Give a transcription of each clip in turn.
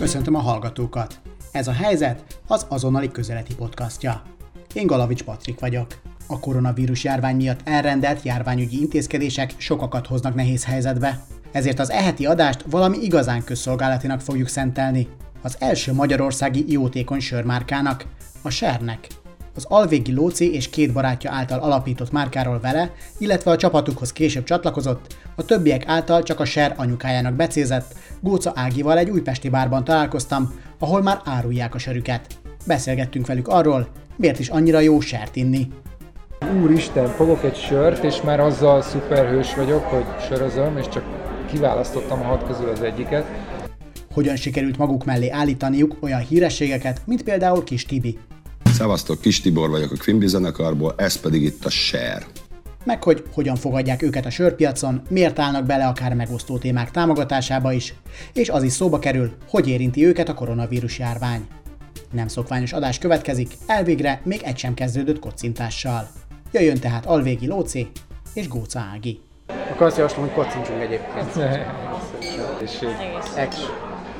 Köszöntöm a hallgatókat! Ez a helyzet az azonnali közeleti podcastja. Én Galavics Patrik vagyok. A koronavírus járvány miatt elrendelt járványügyi intézkedések sokakat hoznak nehéz helyzetbe. Ezért az eheti adást valami igazán közszolgálatinak fogjuk szentelni. Az első magyarországi jótékony sörmárkának, a Shernek. Az Alvégi Lóci és két barátja által alapított márkáról vele, illetve a csapatukhoz később csatlakozott, a többiek által csak a Sher anyukájának becézett, Góca Ágival egy újpesti bárban találkoztam, ahol már árulják a sörüket. Beszélgettünk velük arról, miért is annyira jó sert inni. Úristen, fogok egy sört, és már azzal szuperhős vagyok, hogy sörözöm, és csak kiválasztottam a 6 közül az egyiket. Hogyan sikerült maguk mellé állítaniuk olyan hírességeket, mint például Kis Tibi. Szevasztok, Kis Tibor vagyok a Quimby zenekarból, ez pedig itt a Sher. Meg hogy hogyan fogadják őket a sörpiacon, miért állnak bele akár megosztó témák támogatásába is, és az is szóba kerül, hogy érinti őket a koronavírus járvány. Nem szokványos adás következik, elvégre még egy sem kezdődött kocintással. Jöjjön tehát Alvégi Lóci és Góca Ági. Akkor azt javaslom, hogy kocintsunk egyébként. Egész.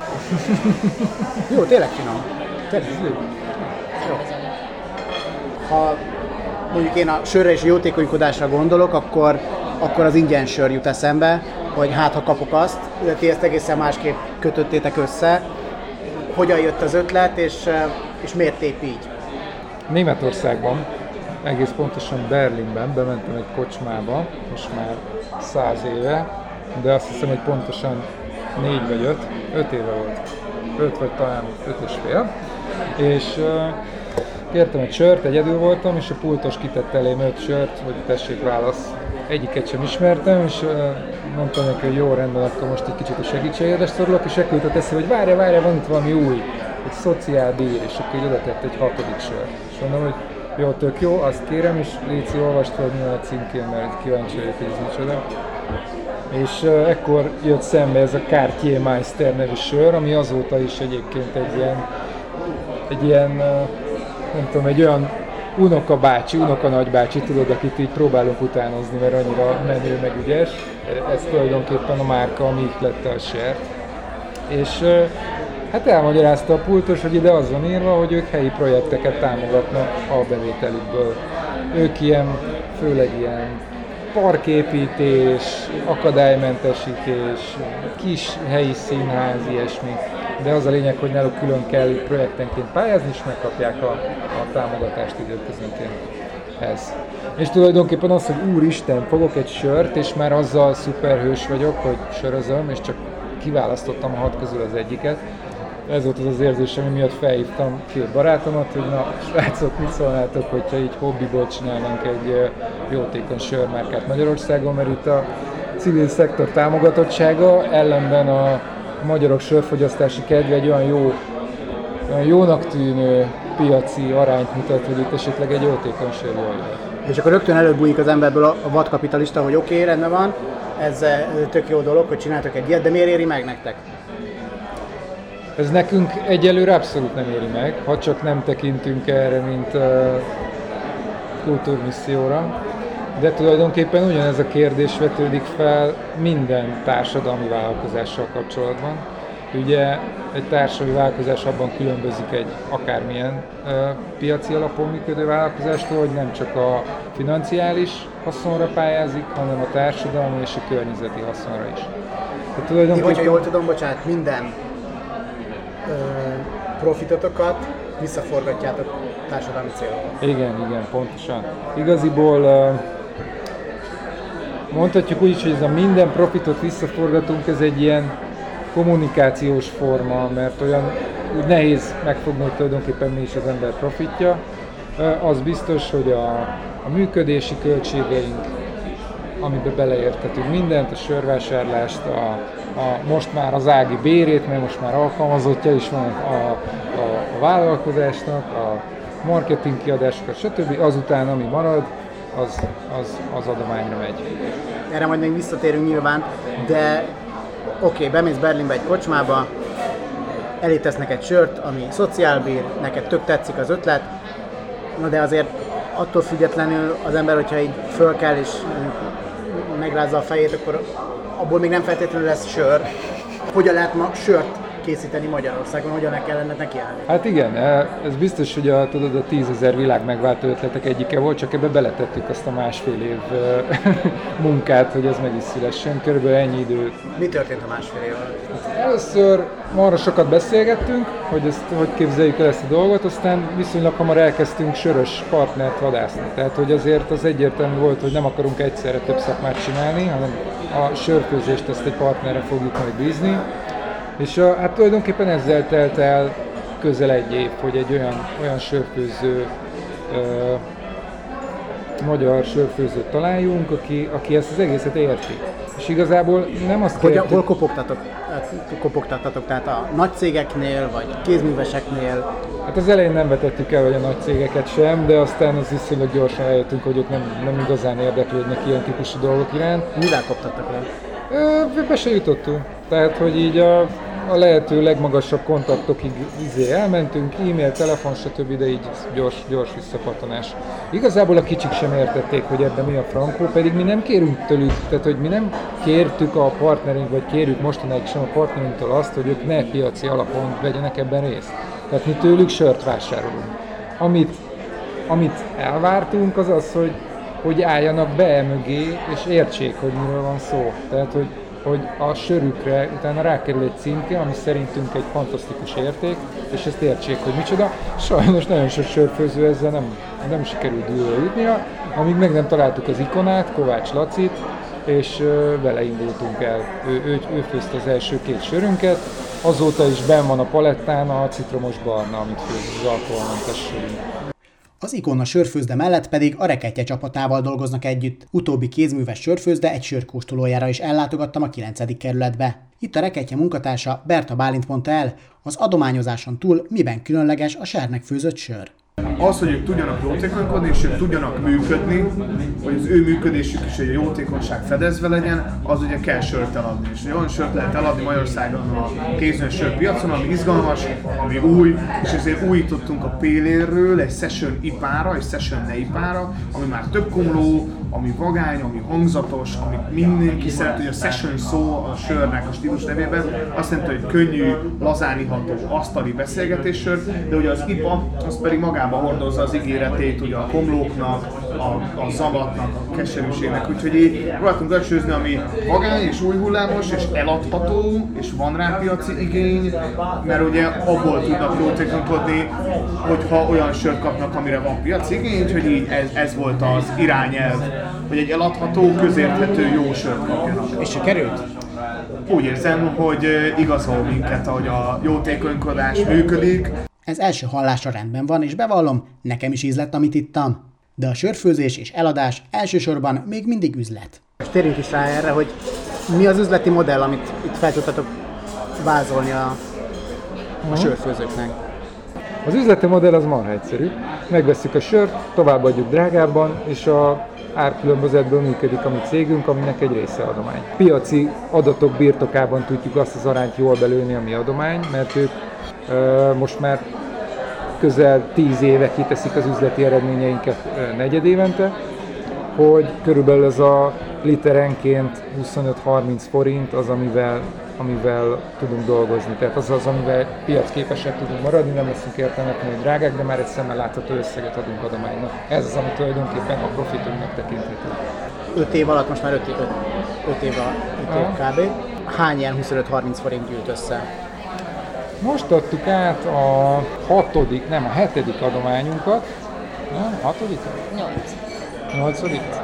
Jó, tényleg finom. Jó. Ha mondjuk én a sörre és a jótékonykodásra gondolok, akkor az ingyen sör jut eszembe, hogy hát ha kapok azt, de ti ezt egészen másképp kötöttétek össze. Hogyan jött az ötlet, és miért épp így? Németországban, egész pontosan Berlinben bementem egy kocsmába, most már 100 éve, de azt hiszem, hogy pontosan 4 vagy 5 éve volt. 5 vagy talán 5 és fél. És kértem egy sört, egyedül voltam, és a pultos kitett elém 5 sört, hogy tessék válasz. Egyiket sem ismertem, és mondtam neki, hogy jó, rendben, akkor most egy kicsit a segítségedre szorulok, és ekkor jutott eszébe, hogy várja, van itt valami új, egy szociálbír, és akkor így oda tett egy 6. sört. És mondom, hogy jó, tök jó, azt kérem, és Léci, olvast fel, mi van a címkén, mert kíváncsi vagyok, hogy ez micsoda. És ekkor jött szembe ez a Cartier Meister nevű sör, ami azóta is egyébként egy ilyen nem tudom, egy olyan unoka-nagybácsi, tudod, akit így próbálunk utánozni, mert annyira menő, meg ügyes. Ez tulajdonképpen a márka, ami ihlette a sert. És hát elmagyarázta a pultos, hogy ide az van írva, hogy ők helyi projekteket támogatnak a bevételükből. Ők főleg ilyen parképítés, akadálymentesítés, kis helyi színház, ilyesmi. De az a lényeg, hogy náluk külön kell projektenként pályázni, és megkapják a támogatást időközönként. Ez. És tulajdonképpen az, hogy úristen, fogok egy sört, és már azzal szuperhős vagyok, hogy sörözöm, és csak kiválasztottam a 6 közül az egyiket. Ez volt az az érzésem, ami miatt felhívtam 2 barátomat, hogy na, srácok, mit szólnátok, hogyha így hobbiból csinálnánk egy jótékony sörmárkát Magyarországon, mert itt a civil szektor támogatottsága, ellenben a magyarok sörfogyasztási kedve egy olyan jónak tűnő piaci arányt mutat, hogy itt esetleg egy jótékony sör jól jön. És akkor rögtön előbújik az emberből a vadkapitalista, hogy oké, rendben van, ez tök jó dolog, hogy csináltok egy ilyet, de miért éri meg nektek? Ez nekünk egyelőre abszolút nem éri meg, ha csak nem tekintünk erre, mint kultúrmisszióra. De tulajdonképpen ugyanez a kérdés vetődik fel minden társadalmi vállalkozással kapcsolatban. Ugye egy társadalmi vállalkozás abban különbözik egy akármilyen piaci alapon működő vállalkozástól, hogy nem csak a financiális haszonra pályázik, hanem a társadalmi és a környezeti haszonra is. Ti, hogyha jól tudom, bocsánat, minden profitotokat visszaforgatjátok társadalmi célokra. Igen, pontosan. Igaziból mondhatjuk úgy is, hogy ez a minden profitot visszaforgatunk, ez egy ilyen kommunikációs forma, mert olyan úgy nehéz megfogni, hogy tulajdonképpen mi is az ember profitja. Az biztos, hogy a működési költségeink, amiben beleérthetünk mindent, a sörvásárlást, most már az Ági bérét, mert most már alkalmazottja is van a vállalkozásnak, a marketing kiadásokat, stb. Azután, ami marad, az adományra megy. Erre majd még visszatérünk nyilván, de oké, bemész Berlinbe egy kocsmába, elé tesznek egy sört, ami szociálbír, neked tök tetszik az ötlet, na de azért attól függetlenül az ember, hogyha így föl kell és megrázza a fejét, akkor abból még nem feltétlenül lesz sör. Hogyan lehet ma sört készíteni Magyarországon, hogyan kellene nekiállni. Hát igen, ez biztos, hogy a 10 000 világ megváltó ötletek egyike volt, csak ebbe beletettük azt a másfél év munkát, hogy ez meg is szülessen. Körülbelül ennyi idő. Mi történt a másfél év alatt? Először arra sokat beszélgettünk, hogy képzeljük el ezt a dolgot, aztán viszonylag hamar elkezdtünk sörös partnert vadászni. Tehát, hogy azért az egyértelmű volt, hogy nem akarunk egyszerre több szakmát csinálni, hanem a sörfőzést ezt egy partnerre fogjuk majd bízni. És hát tulajdonképpen ezzel telt el közel egy év, hogy egy olyan sörfőző, magyar sörfőzőt találjunk, aki ezt az egészet érti. És igazából nem azt kértük... Hol kopogtattatok? Tehát a nagy cégeknél, vagy kézműveseknél? Hát az elején nem vetettük el, hogy a nagy cégeket sem, de aztán az viszonylag gyorsan eljöttünk, hogy ők nem igazán érdeklődnek ilyen típusú dolgok iránt. Mivel koptattak le? Be se jutottunk. Tehát, hogy így a lehető legmagasabb kontaktokig elmentünk, e-mail, telefon, stb., de így gyors visszapattanás. Igazából a kicsik sem értették, hogy ebben mi a frankó, pedig mi nem kérünk tőlük, tehát hogy mi nem kértük a partnerünk, vagy kérjük mostanáig sem a partnerünktől azt, hogy ők ne piaci alapon vegyenek ebben részt. Tehát mi tőlük sört vásárolunk. Amit elvártunk, az az, hogy álljanak be mögé, és értsék, hogy miről van szó. Tehát, hogy a sörükre utána rákerül egy címke, ami szerintünk egy fantasztikus érték, és ezt értsék, hogy micsoda. Sajnos nagyon sok sörfőző ezzel nem sikerült dűlőre jutnia, amíg meg nem találtuk az ikonát, Kovács Lacit, és vele indultunk el. Ő főzte az első 2 sörünket, azóta is benn van a palettán a citromos barna, amit főz az alkoholmentes sörünk. Az Ikonna sörfőzde mellett pedig a Reketje csapatával dolgoznak együtt. Utóbbi kézműves sörfőzde egy sörkóstolójára is ellátogattam a 9. kerületbe. Itt a Reketje munkatársa Berta Bálint mondta el, az adományozáson túl miben különleges a sernek főzött sör. Az, hogy ők tudjanak jótékonykodni, és ők tudjanak működni, hogy az ő működésük is egy jótékonyság fedezve legyen, az ugye kell sört eladni. És olyan sört lehet eladni Magyarországon a kézműves sörpiacon, ami izgalmas, ami új, és ezért újítottunk a Pélérről egy Session IPA-ra, egy Session IPA-ra, ami már több komló, ami vagány, ami hangzatos, amit mindenki szeret, hogy a Session szó a sörnek a stílus nevében azt jelenti, hogy könnyű, lazán iható, asztali beszélgetéssör, de ugye az IPA az pedig magában hordozza az ígéretét ugye a komlóknak, a zavatnak, a keserűségnek, úgyhogy így próbáltunk becsőzni, ami vagány és új hullámos, és eladható, és van rá piaci igény, mert ugye abból tudnak jótékonykodni, hogyha olyan sört kapnak, amire van piaci igény, úgyhogy így ez volt az irányelv, hogy egy eladható, közérthető jó sört kapjanak. És sikerült? Úgy érzem, hogy igazol minket, ahogy a jótékonykodás működik. Ez első hallásra rendben van, és bevallom, nekem is íz lett, amit ittam. De a sörfőzés és eladás elsősorban még mindig üzlet. És térjünk is rá erre, hogy mi az üzleti modell, amit itt fel tudtatok vázolni a sörfőzőknek. Az üzleti modell az marha egyszerű. Megvesszük a sört, továbbadjuk drágábban, és a árkülönbözetből működik a mi cégünk, aminek egy része adomány. Piaci adatok birtokában tudjuk azt az arányt jól belőni, ami adomány, mert ők most már közel 10 éve kiteszik az üzleti eredményeinket negyedévente, hogy körülbelül ez a literenként 25-30 forint az, amivel tudunk dolgozni. Tehát az, amivel piacképesek tudunk maradni, nem leszünk értelmetlenül drágák, de már egy szemmel látható összeget adunk adománynak. Ez az, ami tulajdonképpen a profitunknak tekinthető. 5 év alatt, most már 5 év kb. Hány ilyen 25-30 forint gyűlt össze? Most adtuk át a 7. adományunkat. Nem? 6. 8.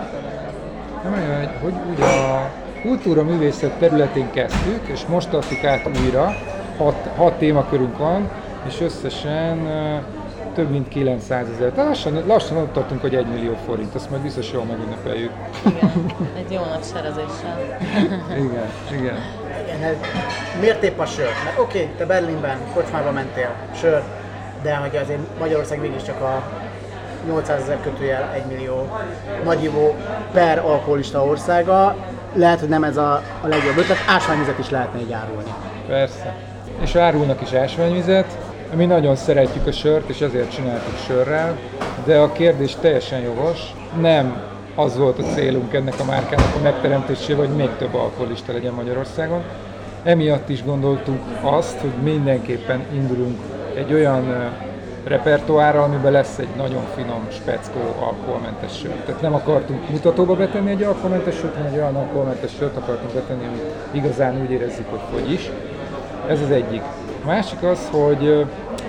Nem olyan, hogy ugye a kultúra-művészet területén kezdtük, és most adtuk át újra. 6 témakörünk van, és összesen több mint 900 000. Tehát lassan ott tartunk, hogy 1 millió forint, azt majd biztos jól megünnepeljük. Igen, egy jó nagy serezéssel. Igen. Miért épp a sör? Mert oké, te Berlinben, kocsmába mentél, sör, de hogy azért Magyarország mégiscsak a 800 000 kötőjel 1 millió nagyivó per alkoholista országa. Lehet, hogy nem ez a legjobb ötlet, ásványvizet is lehetne így árulni. Persze. És árulnak is ásványvizet. Mi nagyon szeretjük a sört, és ezért csináltuk sörrel, de a kérdés teljesen jogos. Nem az volt a célunk ennek a márkának a megteremtésével, hogy még több alkoholista legyen Magyarországon, Emiatt is gondoltuk azt, hogy mindenképpen indulunk egy olyan repertoárral, amiben lesz egy nagyon finom, speckó alkoholmentes sör. Tehát nem akartunk mutatóba betenni egy alkoholmentes sört, hanem egy olyan alkoholmentes sört akartunk betenni, amit igazán úgy érezzük, hogy fogy is. Ez az egyik. A másik az, hogy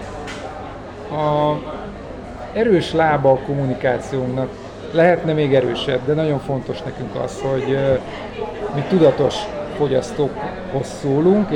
a erős lába a kommunikációnknak lehetne még erősebb, de nagyon fontos nekünk az, hogy mi tudatos fogyasztókhoz szólunk,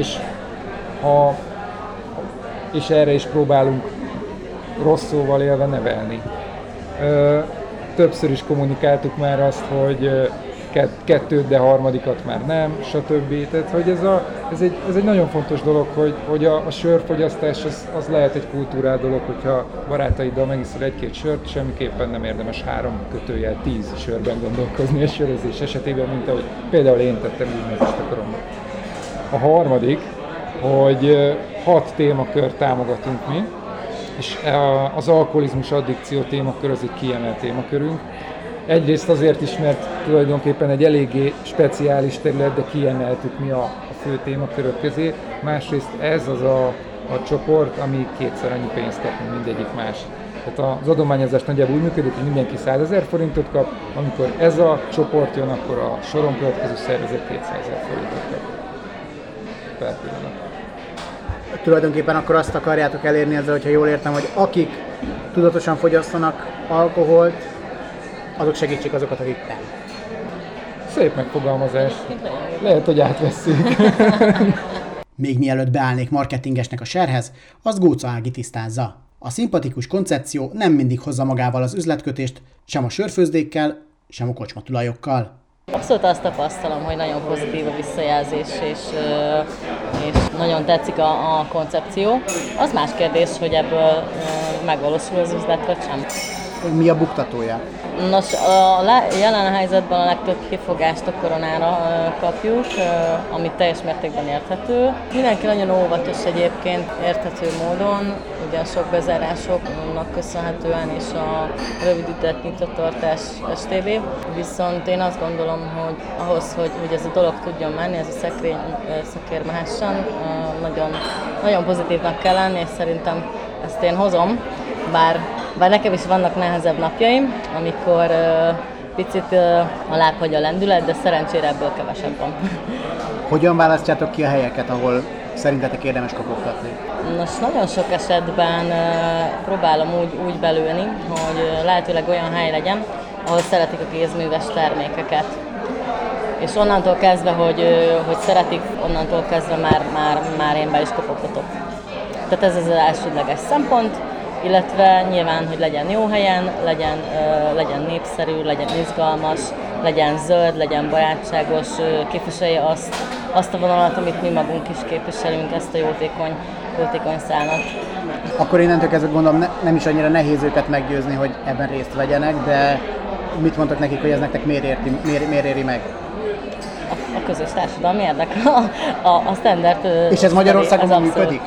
és erre is próbálunk rossz szóval élve nevelni. Többször is kommunikáltuk már azt, hogy kettőt, de harmadikat már nem, stb. Tehát, hogy ez egy nagyon fontos dolog, hogy a sörfogyasztás az lehet egy kultúrál dolog, hogyha barátaiddal megiszol egy-két sört, semmiképpen nem érdemes 3-10 sörben gondolkozni a sörözés esetében, mint ahogy például én tettem így most akarom. A harmadik, hogy 6 témakört támogatunk mi, és az alkoholizmus addikció témakör az egy kiemelt témakörünk. Egyrészt azért is, mert tulajdonképpen egy eléggé speciális terület, de kiemeltük mi a fő témakörök közé. Másrészt ez az a csoport, ami 2-szer annyi pénzt kap, mint mindegyik más. Tehát az adományozás nagyjából úgy működik, hogy mindenki 100 000 forintot kap, amikor ez a csoport jön, akkor a soron következő szervezet 200 000 forintot kap. Per pillanat. Tulajdonképpen akkor azt akarjátok elérni ezzel, hogyha jól értem, hogy akik tudatosan fogyasztanak alkoholt, azok segítsék azokat, akik nem. Szép megfogalmazás. Lehet, hogy átveszik. Még mielőtt beállnék marketingesnek a serhez, azt Góca Ági tisztázza. A szimpatikus koncepció nem mindig hozza magával az üzletkötést, sem a sörfőzdékkel, sem a kocsmatulajokkal. Abszolút azt tapasztalom, hogy nagyon pozitív a visszajelzés, és nagyon tetszik a koncepció. Az más kérdés, hogy ebből megvalósul az üzlet, vagy sem. Mi a buktatója? Nos, a jelen helyzetben a legtöbb kifogást a koronára kapjuk, amit teljes mértékben érthető. Mindenki nagyon óvatos egyébként, érthető módon, ugyan sok bezárásoknak köszönhetően és a rövidített nyitvatartás STB. Viszont én azt gondolom, hogy ahhoz, hogy ez a dolog tudjon menni, ez a szekér mehessen, nagyon, nagyon pozitívnak kell lenni, és szerintem ezt én hozom. Bár nekem is vannak nehezebb napjaim, amikor picit alább hagy a lendület, de szerencsére ebből kevesebb van. Hogyan választjátok ki a helyeket, ahol szerintetek érdemes kopogtatni? Nos, nagyon sok esetben próbálom úgy belőni, hogy lehetőleg olyan hely legyen, ahol szeretik a kézműves termékeket. És onnantól kezdve, hogy szeretik, onnantól kezdve már én be is kopogtatok. Tehát ez az elsődleges szempont. Illetve nyilván, hogy legyen jó helyen, legyen népszerű, legyen izgalmas, legyen zöld, legyen barátságos, képviselje azt a vonalat, amit mi magunk is képviselünk, ezt a jótékony szállat. Akkor innentől kezdve gondolom nem is annyira nehéz őket meggyőzni, hogy ebben részt vegyenek, de mit mondtak nekik, hogy ez nektek miért éri meg? A közös társadalmi érdek, a standard. És ez Magyarországon működik?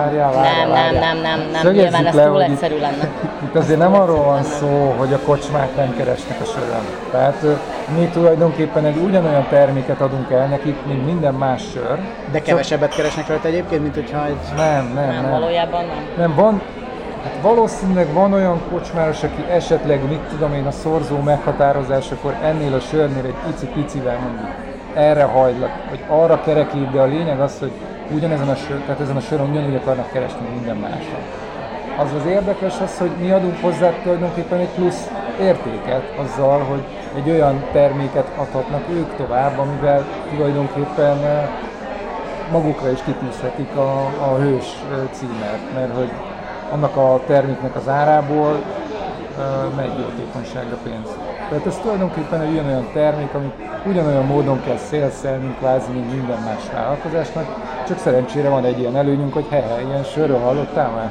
Nem, nyilván ez túl egyszerű lenne. Itt azért nem arról van szó, hogy a kocsmák nem keresnek a sörön. Tehát mi tulajdonképpen egy ugyanolyan terméket adunk el nekik, mint minden más sör. De kevesebbet keresnek rajta egyébként, mint hogyha egy... Nem, valójában nem. Nem, van. Hát valószínűleg van olyan kocsmáros, aki esetleg, mit tudom én, a szorzó meghatározásakor ennél a sörnél egy icipicivel mondjuk erre hajlak, hogy arra kerekít, de a lényeg az, hogy ugyanezen a sörön ugyanúgy akarnak keresni minden máson. Az érdekes az, hogy mi adunk hozzá tulajdonképpen egy plusz értéket azzal, hogy egy olyan terméket adhatnak ők tovább, amivel tulajdonképpen magukra is kitűzhetik a hős címert, mert hogy annak a terméknek az árából megy jótékonyságra pénz. Tehát ez tulajdonképpen egy ugyanolyan termék, amit ugyanolyan módon kell szélszelni, kvázi, mint minden más vállalkozásnak, csak szerencsére van egy ilyen előnyünk, hogy ilyen sörről hallottál már?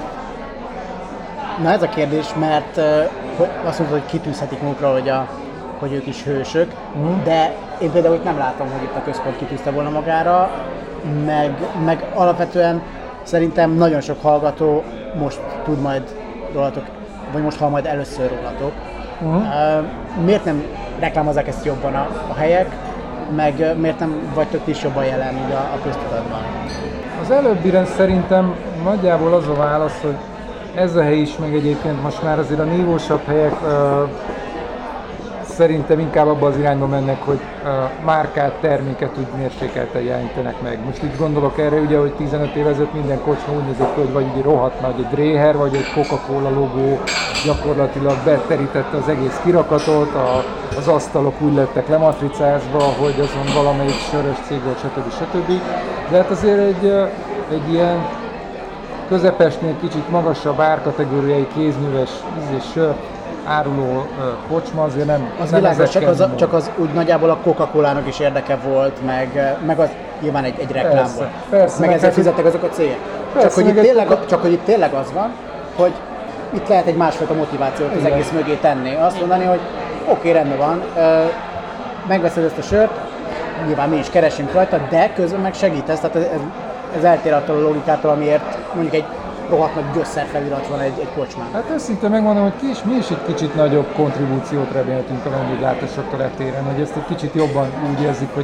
Na ez a kérdés, mert azt mondod, hogy kitűzhetik magukra, hogy ők is hősök, de én például itt nem látom, hogy itt a központ kitűzte volna magára, meg alapvetően szerintem nagyon sok hallgató most tud majd rólatok, vagy most hall majd először rólatok. Miért nem reklámozzák ezt jobban a helyek, meg miért nem vagytok ti is jobban jelen így a köztudatban? Az előbbire szerintem nagyjából az a válasz, hogy ez a hely is, meg egyébként most már azért a nívósabb helyek szerintem inkább abba az irányba mennek, hogy márkát, terméket úgy mérsékelten jelenítenek meg. Most itt gondolok erre, ugye, hogy 15 év ezelőtt minden kocsma úgy nézett ki, hogy vagy egy rohadt nagy egy Dréher, vagy egy Coca-Cola logó gyakorlatilag beterítette az egész kirakatot, az asztalok úgy lettek lematricázva, hogy azon valamelyik sörös cég volt, stb. De hát azért egy ilyen közepesnél kicsit magasabb árkategóriai kézműves sör áruló kocsma azért nem... Az világos, csak az úgy nagyjából a Coca-Colának is érdeke volt, meg az nyilván egy reklám volt. Persze, meg ezzel fizettek azok a cégek. Csak hogy itt tényleg az van, hogy itt lehet egy másfajta motivációt az egész mögé tenni. Azt mondani, hogy oké, rendben van, megveszed ezt a sört, nyilván mi is keresünk rajta, de közben meg segítesz, tehát ez eltér attól a logikától, amiért mondjuk egy rohadt nagy gyösszerfelirat van egy kocsmán. Hát őszintén megmondom, hogy mi is egy kicsit nagyobb kontribúciót reméltünk a vendéglátásoktól eltéren, hogy ezt egy kicsit jobban úgy érzik, hogy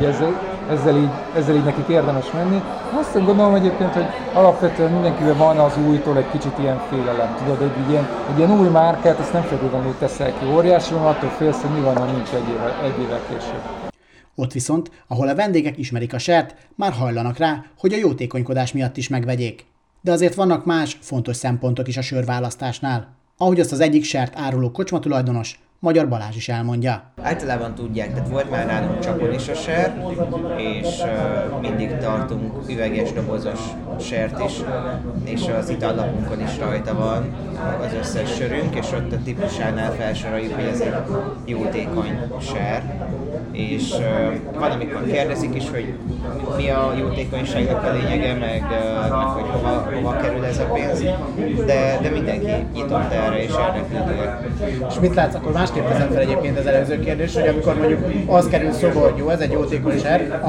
ezzel így nekik érdemes menni. Azt gondolom egyébként, hogy alapvetően mindenkiben van az újtól egy kicsit ilyen félelem. Tudod, egy ilyen új márkát, ezt nem feltétlenül teszel ki. Óriási van, attól félsz, hogy mi van, ha nincs egy évvel később. Ott viszont, ahol a vendégek ismerik a sert, már hajlanak rá, hogy a jótékonykodás miatt is megvegyék. De azért vannak más, fontos szempontok is a sörválasztásnál. Ahogy azt az egyik sert áruló kocsmatulajdonos, Magyar Balázs is elmondja. Általában tudják, tehát volt már nálunk csapon is a ser, és mindig tartunk üveges, dobozos sert is, és az itallapunkon is rajta van az összes sörünk, és ott a típusánál felsoroljuk, hogy ez egy jótékony ser. És van, amikor kérdezik is, hogy mi a jótékonyságnak a lényege, meg hogy hova kerül ez a pénz, de mindenki nyitott erre és érdeklődőek. És mit látsz, akkor másképp teszem fel egyébként az előző kérdés, hogy amikor mondjuk az kerül szó, hogy jó, ez egy jótékony ser,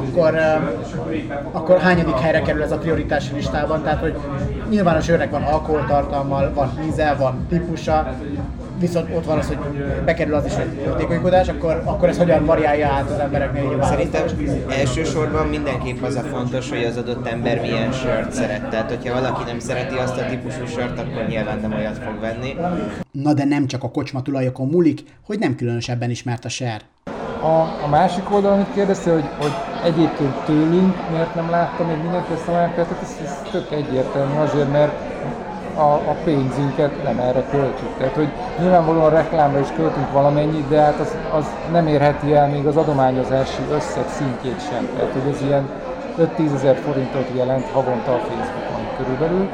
akkor hányadik helyre kerül ez a prioritási listában? Tehát, hogy nyilván a sörnek van alkoholtartalmal, van íze, van típusa, viszont ott van az, hogy bekerül az is, hogy jótékonykodás, akkor ez hogyan variálja át az embereknél? Szerintem elsősorban mindenképp az a fontos, hogy az adott ember milyen sört szeret. Tehát, hogyha valaki nem szereti azt a típusú sört, akkor nyilván nem olyat fog venni. Na de nem csak a kocsmatulajokon múlik, hogy nem különösebben ismert a ser. A másik oldalon, amit kérdezte, hogy egyébként tőlünk miért nem láttam még mindenki ezt a márkát, ez tök egyértelmű azért, mert a pénzünket nem erre költjük. Tehát, hogy nyilvánvalóan reklámra is költünk valamennyit, de hát az nem érheti el még az adományozási összeg szintjét sem. Tehát, hogy ez ilyen 5-10 ezer forintot jelent havonta a Facebookon körülbelül.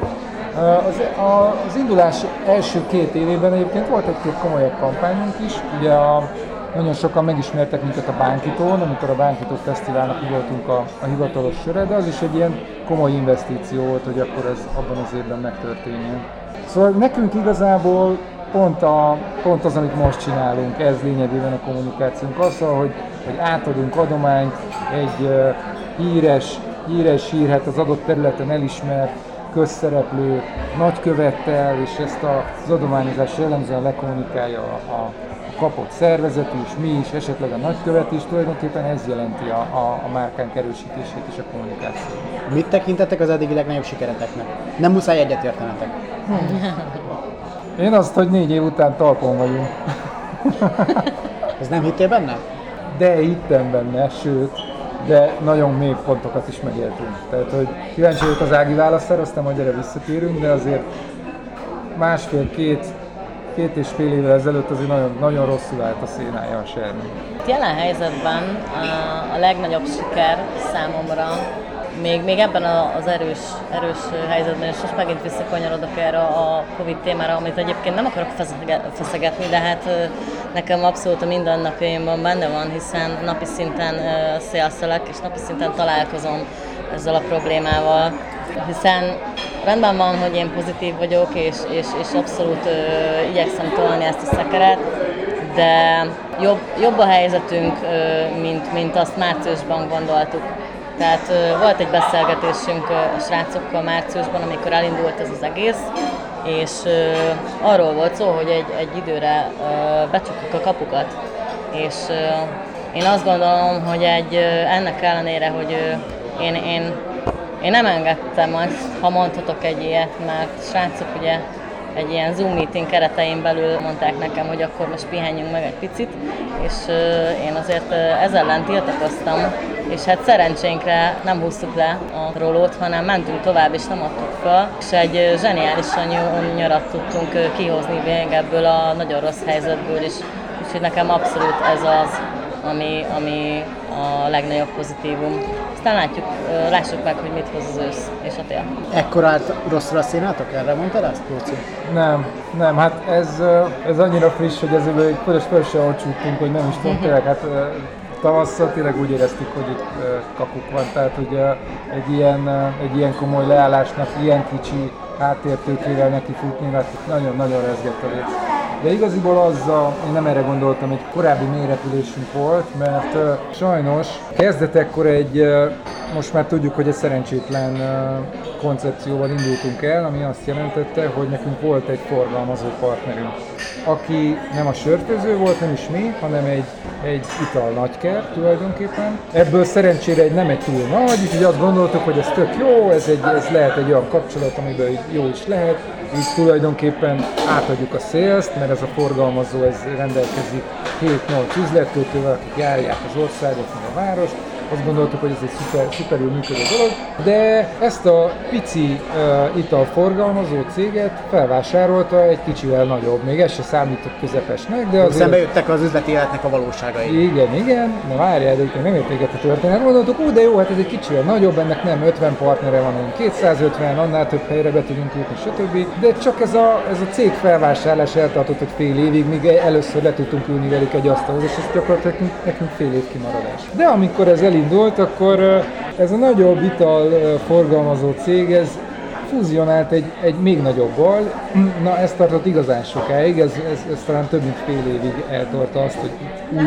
Az indulás első 2 évében egyébként volt egy-két komolyabb kampányunk is. Ugye nagyon sokan megismertek minket a Bánkitón, amikor a Bánkitó Fesztiválnak mi voltunk a hivatalos söre, de az is egy ilyen komoly investíció volt, hogy akkor ez abban az évben megtörténjen. Szóval nekünk igazából pont az, amit most csinálunk, ez lényegében a kommunikációnk. Azzal, hogy átadunk adományt egy híres hírhet az adott területen elismert közszereplő nagykövettel, és ezt az adományozást jellemzően lekommunikálja a kapott szervezet is, mi is, esetleg a nagykövet is, tulajdonképpen ez jelenti a márkánk erősítését és a kommunikációt. Mit tekintettek az eddigi legnagyobb sikereteknek? Nem muszáj egyetértenetek. Én azt, hogy 4 év után talpon vagyunk. Ez nem hittél benne? De hittem benne, sőt, de nagyon mély pontokat is megéltünk. Tehát, hogy kíváncsi vagyok az Ági válaszára, aztán majd erre visszatérünk, de azért 2,5 évvel ezelőtt azért nagyon, nagyon rosszul állt a szénája a sernek. Jelen helyzetben a legnagyobb siker számomra, még ebben az erős helyzetben, és most megint visszakanyarodok erre a Covid témára, amit egyébként nem akarok feszegetni, de hát nekem abszolút a mindennapjaimban benne van, hiszen napi szinten szélszelek, és napi szinten találkozom ezzel a problémával. Hiszen rendben van, hogy én pozitív vagyok, és abszolút igyekszem tolni ezt a szekeret, de jobb a helyzetünk, mint azt márciusban gondoltuk. Tehát volt egy beszélgetésünk a srácokkal márciusban, amikor elindult ez az egész, és arról volt szó, hogy egy időre becsukjuk a kapukat, Én azt gondolom, hogy ennek ellenére, hogy én nem engedtem azt, ha mondhatok egy ilyet, mert srácok ugye egy ilyen Zoom meeting keretein belül mondták nekem, hogy akkor most pihenjünk meg egy picit, és én azért ezzel ellen tiltakoztam, és hát szerencsénkre nem húztuk le a rólót, hanem mentünk tovább, és nem adtuk fel, és egy zseniálisan jó nyarat tudtunk kihozni még ebből a nagyon rossz helyzetből is, úgyhogy nekem abszolút ez az, ami a legnagyobb pozitívum. Aztán lássuk meg, hogy mit hoz az ősz és a tél. Ekkorát rosszra színátok? Erre mondtad ezt, Lóci? Nem, hát ez annyira friss, hogy ezzel föl se olcsúttunk, hogy nem is tudom, tényleg, hát tavasszal tényleg úgy éreztük, hogy itt kakuk van, tehát hogy egy ilyen komoly leállásnak, ilyen kicsi háttértőkével nekifutni, hát nagyon-nagyon rezgett a léc. De igaziból én nem erre gondoltam, egy korábbi mélyrepülésünk volt, mert sajnos kezdetekkor most már tudjuk, hogy egy szerencsétlen koncepcióval indultunk el, ami azt jelentette, hogy nekünk volt egy forgalmazó partnerünk, aki nem a sörfőző volt, nem is mi, hanem egy ital nagyker tulajdonképpen. Ebből szerencsére nem egy túl nagy, úgyhogy azt gondoltuk, hogy ez tök jó, ez lehet egy olyan kapcsolat, amiben jó is lehet. Így tulajdonképpen átadjuk a sales-t, mert ez a forgalmazó rendelkezik 7-8 üzletkötővel, akik járják az országot, meg a várost. Azt gondoltuk, hogy ez egy szuperül működő dolog, de ezt a pici italforgalmazó céget felvásárolta egy kicsivel nagyobb, még ez se számított közepesnek, de azért... Szembe jöttek az üzleti életnek a valóságai. Igen, na várjál, de nem ért véget a történet. Gondoltuk, de jó, hát ez egy kicsivel nagyobb, ennek nem 50 partnere van, hanem 250, annál több helyre be tudunk jutni, stb. De csak ez a cég felvásárlás eltartott egy fél évig, míg először le tudtunk ülni velük egy asztalhoz, és ez gyakorlatilag nekünk fél év kimaradás. De amikor ez elindult, akkor ez a nagyobb ital forgalmazó cég, ez fúzionált egy még nagyobbal. Na, ez tartott igazán sokáig, ez talán több mint fél évig eltartta azt, hogy